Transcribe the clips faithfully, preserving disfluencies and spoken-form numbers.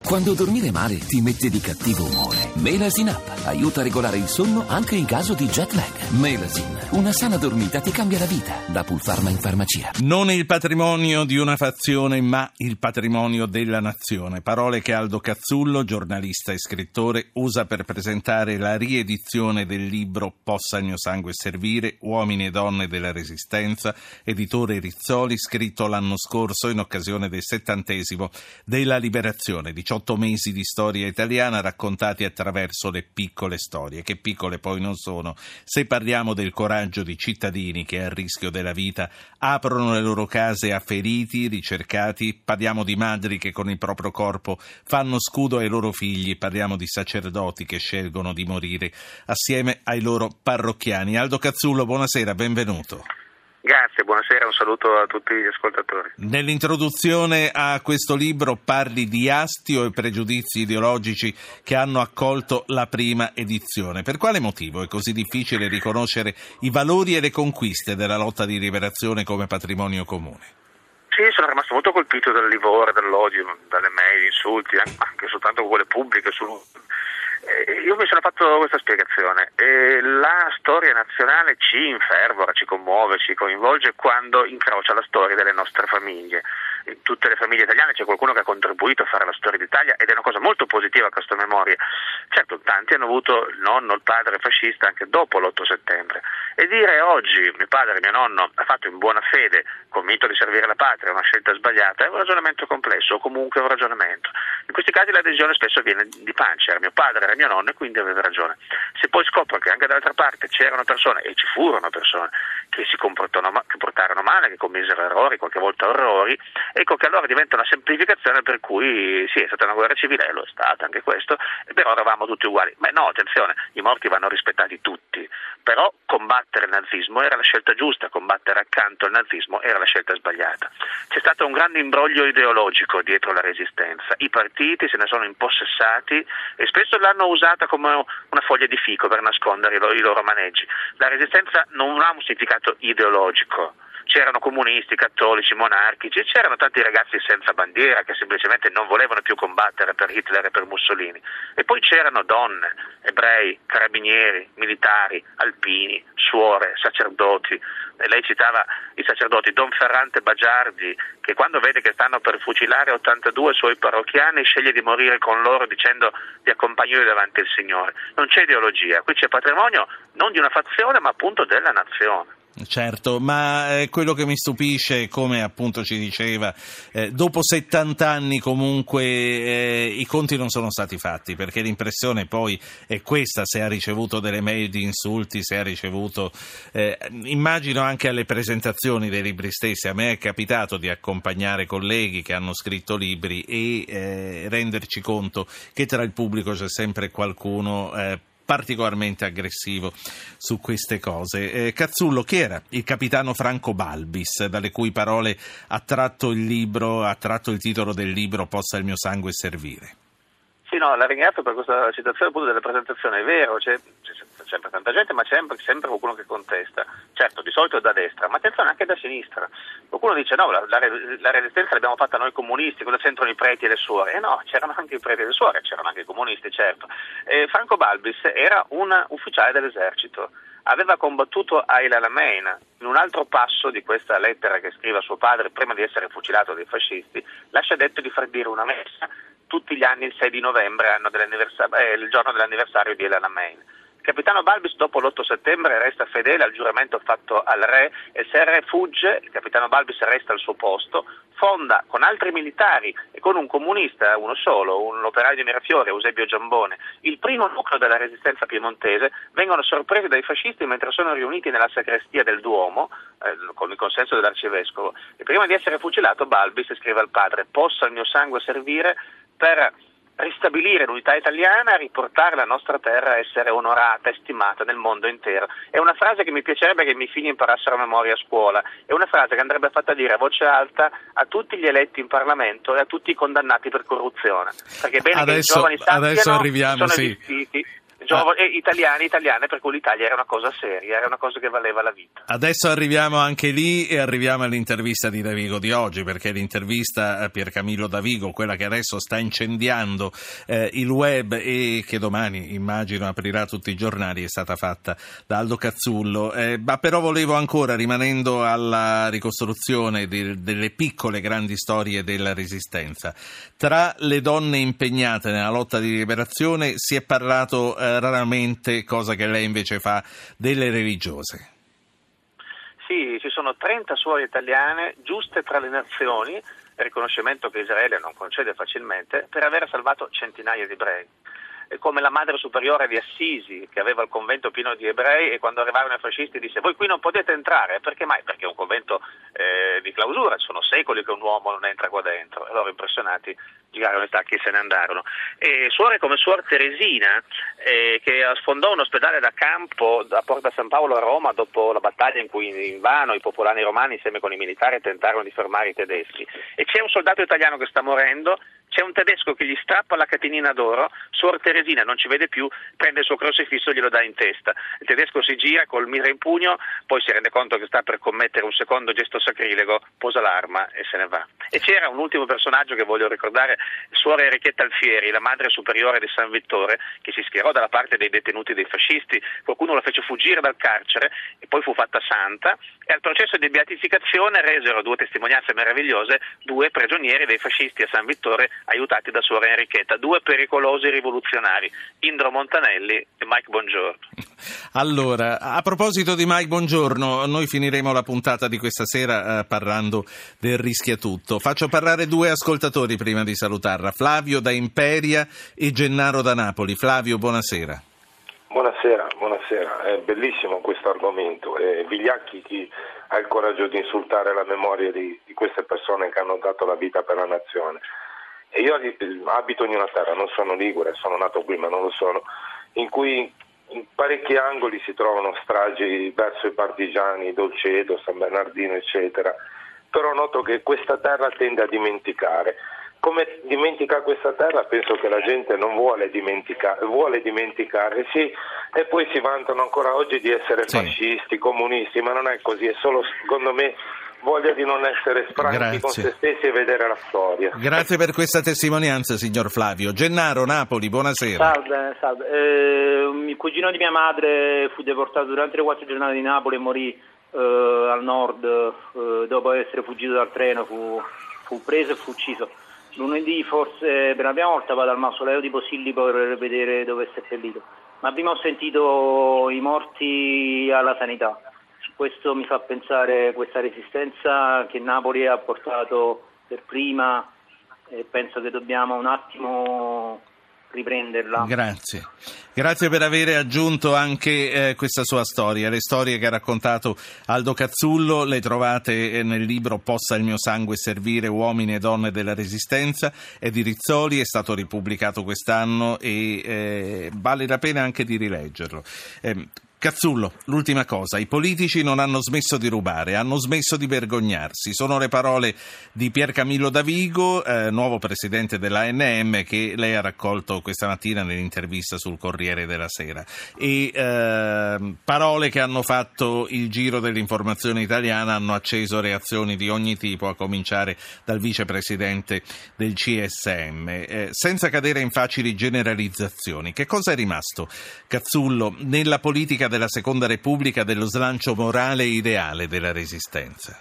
Quando dormire male ti mette di cattivo umore, Melasin Up aiuta a regolare il sonno anche in caso di jet lag. Melasin, una sana dormita ti cambia la vita. Da Pulpharma in farmacia. Non il patrimonio di una fazione, ma il patrimonio della nazione. Parole che Aldo Cazzullo, giornalista e scrittore, usa per presentare la riedizione del libro Possa il mio sangue servire, Uomini e donne della Resistenza, editore Rizzoli, scritto l'anno scorso in occasione del settantesimo della liberazione. diciotto mesi di storia italiana raccontati attraverso le piccole storie, che piccole poi non sono, se parliamo del coraggio di cittadini che a rischio della vita aprono le loro case a feriti, ricercati, parliamo di madri che con il proprio corpo fanno scudo ai loro figli, parliamo di sacerdoti che scelgono di morire assieme ai loro parrocchiani. Aldo Cazzullo, buonasera, benvenuto. Grazie, buonasera, un saluto a tutti gli ascoltatori. Nell'introduzione a questo libro parli di astio e pregiudizi ideologici che hanno accolto la prima edizione. Per quale motivo è così difficile riconoscere i valori e le conquiste della lotta di liberazione come patrimonio comune? Sì, sono rimasto molto colpito dal livore, dall'odio, dalle mail, insulti, anche soltanto quelle pubbliche. Su... Io mi sono fatto questa spiegazione. La storia nazionale ci infervora, ci commuove, ci coinvolge quando incrocia la storia delle nostre famiglie. In tutte le famiglie italiane c'è qualcuno che ha contribuito a fare la storia d'Italia ed è una cosa molto positiva questa memoria. Certo, tanti hanno avuto il nonno, il padre fascista anche dopo l'otto settembre. E dire oggi mio padre, mio nonno ha fatto in buona fede, convinto di servire la patria, una scelta sbagliata, è un ragionamento complesso, o comunque un ragionamento. In questi casi l'adesione spesso viene di pancia, era mio padre, era mio nonno e quindi aveva ragione. Se poi scopro che anche dall'altra parte c'erano persone, e ci furono persone, che si comportarono, che portarono male, che commisero errori, qualche volta orrori, ecco che allora diventa una semplificazione per cui sì, è stata una guerra civile, lo è stata anche questo, però eravamo tutti uguali. Ma no, attenzione, i morti vanno rispettati tutti, però combattere il nazismo era la scelta giusta, combattere accanto al nazismo era la scelta sbagliata. C'è stato un grande imbroglio ideologico dietro la resistenza, i partiti se ne sono impossessati e spesso l'hanno usata come una foglia di fico per nascondere i loro, i loro maneggi. La resistenza non ha un significato ideologico. C'erano comunisti, cattolici, monarchici, c'erano tanti ragazzi senza bandiera che semplicemente non volevano più combattere per Hitler e per Mussolini. E poi c'erano donne, ebrei, carabinieri, militari, alpini, suore, sacerdoti. E lei citava i sacerdoti, Don Ferrante Bagiardi, che quando vede che stanno per fucilare ottantadue suoi parrocchiani sceglie di morire con loro dicendo di accompagnarli davanti al Signore. Non c'è ideologia, qui c'è patrimonio non di una fazione ma appunto della nazione. Certo, ma eh, quello che mi stupisce, come appunto ci diceva, eh, dopo settanta anni comunque eh, i conti non sono stati fatti, perché l'impressione poi è questa, se ha ricevuto delle mail di insulti, se ha ricevuto, eh, immagino anche alle presentazioni dei libri stessi, a me è capitato di accompagnare colleghi che hanno scritto libri e eh, renderci conto che tra il pubblico c'è sempre qualcuno eh, particolarmente aggressivo su queste cose. Eh, Cazzullo, chi era il capitano Franco Balbis, dalle cui parole ha tratto il libro, ha tratto il titolo del libro Possa il mio sangue servire? Sì, no, la ringrazio per questa citazione appunto della presentazione, è vero, c'è, c'è sempre tanta gente, ma c'è sempre, sempre qualcuno che contesta. Certo, di solito da destra, ma attenzione anche da sinistra. Qualcuno dice no, la, la, la resistenza l'abbiamo fatta noi comunisti, cosa c'entrano i preti e le suore? Eh no, c'erano anche i preti e le suore, c'erano anche i comunisti, certo. Eh, Franco Balbis era un ufficiale dell'esercito, aveva combattuto a El Alamein. In un altro passo di questa lettera che scrive a suo padre prima di essere fucilato dai fascisti, lascia detto di far dire una messa tutti gli anni il sei di novembre, anno eh, il giorno dell'anniversario di El Alamein. Il capitano Balbis dopo l'otto settembre resta fedele al giuramento fatto al re e se il re fugge, il capitano Balbis resta al suo posto, fonda con altri militari e con un comunista, uno solo, un operaio di Mirafiore, Eusebio Giambone, il primo nucleo della resistenza piemontese. Vengono sorpresi dai fascisti mentre sono riuniti nella sacrestia del Duomo, eh, con il consenso dell'arcivescovo, e prima di essere fucilato Balbis scrive al padre: possa il mio sangue servire per ristabilire l'unità italiana e riportare la nostra terra a essere onorata e stimata nel mondo intero. È una frase che mi piacerebbe che i miei figli imparassero a memoria a scuola, è una frase che andrebbe fatta dire a voce alta a tutti gli eletti in Parlamento e a tutti i condannati per corruzione, perché è bene adesso, che i giovani sappiano adesso arriviamo, che sono sì. esistiti. I Giov- ah. italiani, italiane, per cui l'Italia era una cosa seria, era una cosa che valeva la vita. Adesso arriviamo anche lì e arriviamo all'intervista di Davigo di oggi, perché l'intervista a Piercamillo Davigo, quella che adesso sta incendiando eh, il web e che domani immagino aprirà tutti i giornali, è stata fatta da Aldo Cazzullo. Eh, ma però volevo ancora, rimanendo alla ricostruzione di, delle piccole grandi storie della Resistenza, tra le donne impegnate nella lotta di liberazione si è parlato eh, raramente, cosa che lei invece fa, delle religiose. Sì, ci sono trenta suore italiane giuste tra le nazioni, riconoscimento che Israele non concede facilmente, per aver salvato centinaia di ebrei. È come la madre superiore di Assisi, che aveva il convento pieno di ebrei, e quando arrivarono i fascisti disse: voi qui non potete entrare. Perché mai? Perché è un convento eh, di clausura, sono secoli che un uomo non entra qua dentro. E loro, impressionati, girarono i tacchi e se ne andarono. E suore come Suor Teresina, eh, che sfondò un ospedale da campo da Porta San Paolo a Roma dopo la battaglia in cui invano i popolani romani insieme con i militari tentarono di fermare i tedeschi. E c'è un soldato italiano che sta morendo, c'è un tedesco che gli strappa la catenina d'oro, Suor Teresina non ci vede più, prende il suo crocifisso e glielo dà in testa. Il tedesco si gira col mitra in pugno, poi si rende conto che sta per commettere un secondo gesto sacrilego, posa l'arma e se ne va. E c'era un ultimo personaggio che voglio ricordare, Suor Enrichetta Alfieri, la madre superiore di San Vittore, che si schierò dalla parte dei detenuti dei fascisti. Qualcuno la fece fuggire dal carcere e poi fu fatta santa, e al processo di beatificazione resero due testimonianze meravigliose, due prigionieri dei fascisti a San Vittore aiutati da Suor Enrichetta, due pericolosi rivoluzionari, Indro Montanelli e Mike Bongiorno. Allora, a proposito di Mike Bongiorno, noi finiremo la puntata di questa sera eh, parlando del Rischia Tutto. Faccio parlare due ascoltatori prima di salutarla, Flavio da Imperia e Gennaro da Napoli. Flavio, buonasera. Buonasera, buonasera. È bellissimo questo argomento. Eh, Vigliacchi, chi ha il coraggio di insultare la memoria di, di queste persone che hanno dato la vita per la nazione. E io abito in una terra, non sono ligure, sono nato qui ma non lo sono, in cui in parecchi angoli si trovano stragi verso i partigiani, Dolcedo, San Bernardino, eccetera. Però noto che questa terra tende a dimenticare. Come dimentica questa terra? Penso che la gente non vuole dimenticare, vuole dimenticare, sì, e poi si vantano ancora oggi di essere sì. fascisti, comunisti, ma non è così, è solo, secondo me, voglia di non essere franchi Grazie. con se stessi e vedere la storia. Grazie per questa testimonianza, signor Flavio. Gennaro, Napoli, buonasera. Salve, salve. Eh, il cugino di mia madre fu deportato durante le quattro giornate di Napoli e morì eh, al nord, eh, dopo essere fuggito dal treno, fu, fu preso e fu ucciso. Lunedì, forse per la prima volta, vado al mausoleo di Posillipo per vedere dove è seppellito, ma prima ho sentito i morti alla sanità. Questo mi fa pensare questa resistenza che Napoli ha portato per prima, e penso che dobbiamo un attimo riprenderla. Grazie. Grazie per aver aggiunto anche eh, questa sua storia. Le storie che ha raccontato Aldo Cazzullo le trovate nel libro Possa il mio sangue servire, uomini e donne della Resistenza, è di Rizzoli, è stato ripubblicato quest'anno e eh, vale la pena anche di rileggerlo. Eh, Cazzullo, l'ultima cosa, i politici non hanno smesso di rubare, hanno smesso di vergognarsi. Sono le parole di Piercamillo Davigo, eh, nuovo presidente dell'A N M, che lei ha raccolto questa mattina nell'intervista sul Corriere della Sera. E eh, parole che hanno fatto il giro dell'informazione italiana, hanno acceso reazioni di ogni tipo, a cominciare dal vicepresidente del C S M. Eh, senza cadere in facili generalizzazioni, che cosa è rimasto, Cazzullo, nella politica della Seconda Repubblica dello slancio morale e ideale della Resistenza?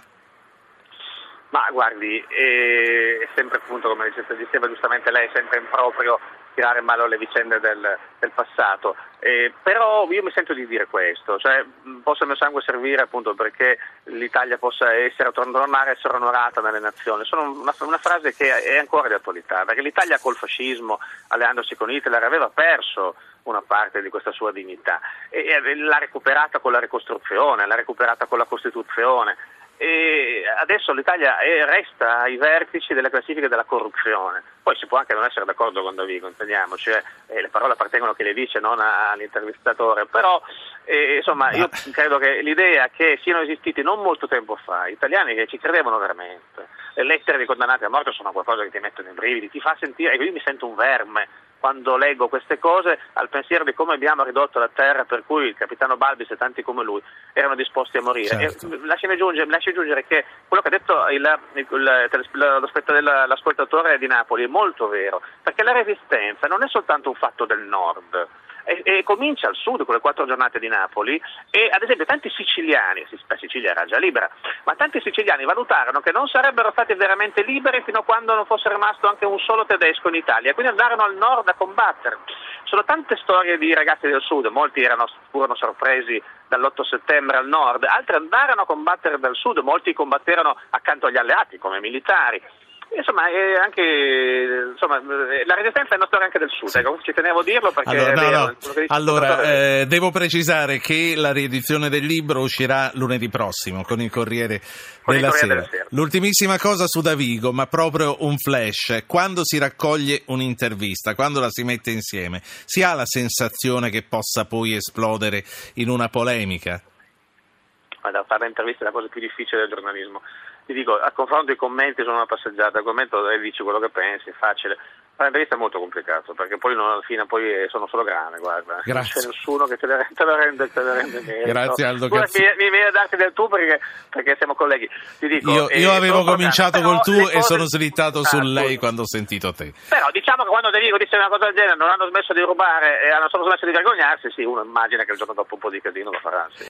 Ma guardi, è sempre appunto, come diceva giustamente lei, è sempre improprio tirare in ballo le vicende del, del passato, eh, però io mi sento di dire questo, cioè possa il mio sangue servire appunto perché l'Italia possa essere tornare a essere onorata nelle nazioni. Sono una, una frase che è ancora di attualità, perché l'Italia col fascismo, alleandosi con Hitler, aveva perso una parte di questa sua dignità e, e l'ha recuperata con la ricostruzione, l'ha recuperata con la Costituzione. E adesso l'Italia è, resta ai vertici delle classifiche della corruzione. Poi si può anche non essere d'accordo con Davigo, intendiamoci, eh, eh, le parole appartengono a chi le dice, non a, all'intervistatore, però eh, insomma io credo che l'idea che siano esistiti non molto tempo fa italiani che ci credevano veramente, le lettere dei condannati a morte sono qualcosa che ti mettono i brividi, ti fa sentire, io mi sento un verme quando leggo queste cose, al pensiero di come abbiamo ridotto la terra, per cui il capitano Balbis e tanti come lui erano disposti a morire. Certo. E lasciami aggiungere, lasci aggiungere che quello che ha detto il, il, il, l'ascoltatore di Napoli è molto vero, perché la resistenza non è soltanto un fatto del nord. E, e comincia al sud con le quattro giornate di Napoli e ad esempio tanti siciliani, la Sicilia era già libera, ma tanti siciliani valutarono che non sarebbero stati veramente liberi fino a quando non fosse rimasto anche un solo tedesco in Italia, quindi andarono al nord a combattere. Sono tante storie di ragazzi del sud, molti erano, furono sorpresi dall'otto settembre al nord, altri andarono a combattere dal sud, molti combatterono accanto agli alleati come militari. Insomma, è anche insomma, la resistenza è una storia anche del sud, sì. Ecco, ci tenevo a dirlo perché allora, no, vero, no. allora eh, devo precisare che la riedizione del libro uscirà lunedì prossimo con il Corriere, con della, il Corriere Sera. della Sera. L'ultimissima cosa su Davigo, ma proprio un flash: quando si raccoglie un'intervista, quando la si mette insieme, si ha la sensazione che possa poi esplodere in una polemica? Guarda, fare interviste è la cosa più difficile del giornalismo. Ti dico, a confronto dei commenti sono una passeggiata, al commento e dici quello che pensi, è facile. Fare un'intervista è molto complicato, perché poi non, alla fine poi sono solo grane, guarda. Grazie. Non c'è nessuno che te le, te le rende, te le rende merito. Grazie Aldo Cazzo. Mi, mi viene a darti del tu perché, perché siamo colleghi. Ti dico, io, io eh, avevo cominciato col tu e cose... sono slittato ah, su lei scusa. quando ho sentito te. Però diciamo che quando Davigo dice una cosa del genere, non hanno smesso di rubare e hanno solo smesso di vergognarsi, sì, uno immagina che il giorno dopo un po' di casino lo farà, sì.